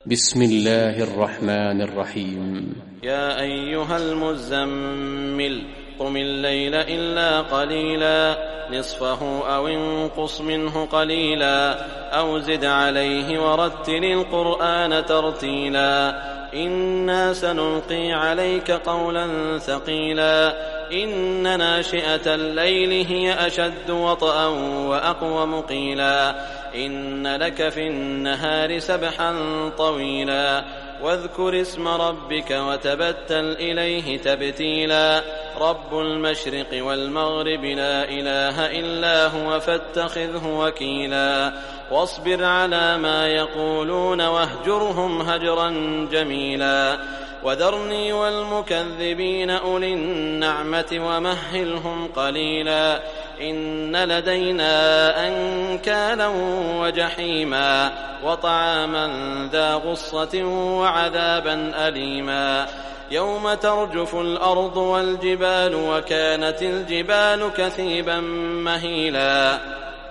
بسم الله الرحمن الرحيم. يا أيها المزمل قم الليل إلا قليلا نصفه أو انقص منه قليلا أو زد عليه ورتل القرآن ترتيلا إنا سنلقي عليك قولا ثقيلا إن ناشئة الليل هي أشد وطئا وأقوم قيلا إن لك في النهار سبحا طويلا واذكر اسم ربك وتبتل إليه تبتيلا رب المشرق والمغرب لا إله إلا هو فاتخذه وكيلا واصبر على ما يقولون واهجرهم هجرا جميلا وذرني والمكذبين أولي النعمة ومهلهم قليلا إن لدينا أنكالا وجحيما وطعاما ذا غصة وعذابا أليما يوم ترجف الأرض والجبال وكانت الجبال كثيبا مهيلا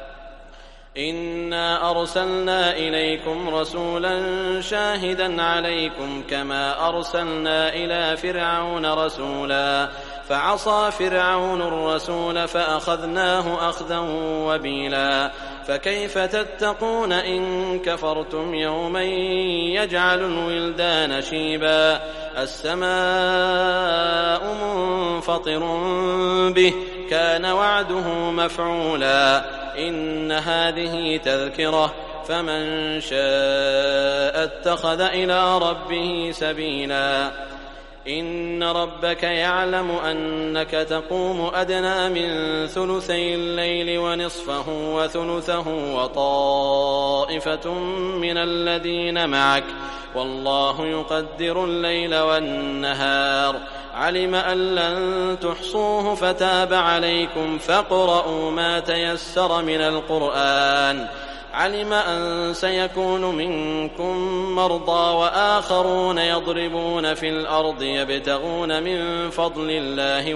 إنا أرسلنا إليكم رسولا شاهدا عليكم كما أرسلنا إلى فرعون رسولا فعصى فرعون الرسول فأخذناه أخذا وبيلا فكيف تتقون إن كفرتم يوما يجعل الولدان شيبا السماء منفطر به كان وعده مفعولا إن هذه تذكرة فمن شاء اتخذ إلى ربه سبيلا إن ربك يعلم أنك تقوم أدنى من ثلثي الليل ونصفه وثلثه وطائفة من الذين معك والله يقدر الليل والنهار علم أن لن تحصوه فتاب عليكم فاقرؤوا ما تيسر من القرآن علم أن سيكون منكم مرضى وآخرون يضربون في الأرض يبتغون من فضل الله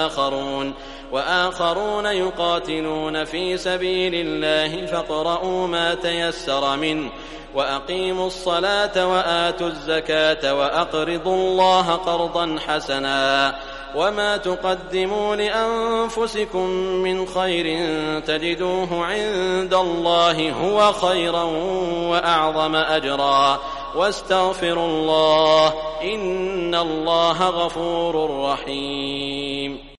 وآخرون يقاتلون في سبيل الله فاقرؤوا ما تيسر منه وأقيموا الصلاة وآتوا الزكاة وأقرضوا الله قرضا حسنا وما تقدموا لأنفسكم من خير تجدوه عند الله هو خيرا وأعظم أجرا واستغفروا الله إن الله غفور رحيم.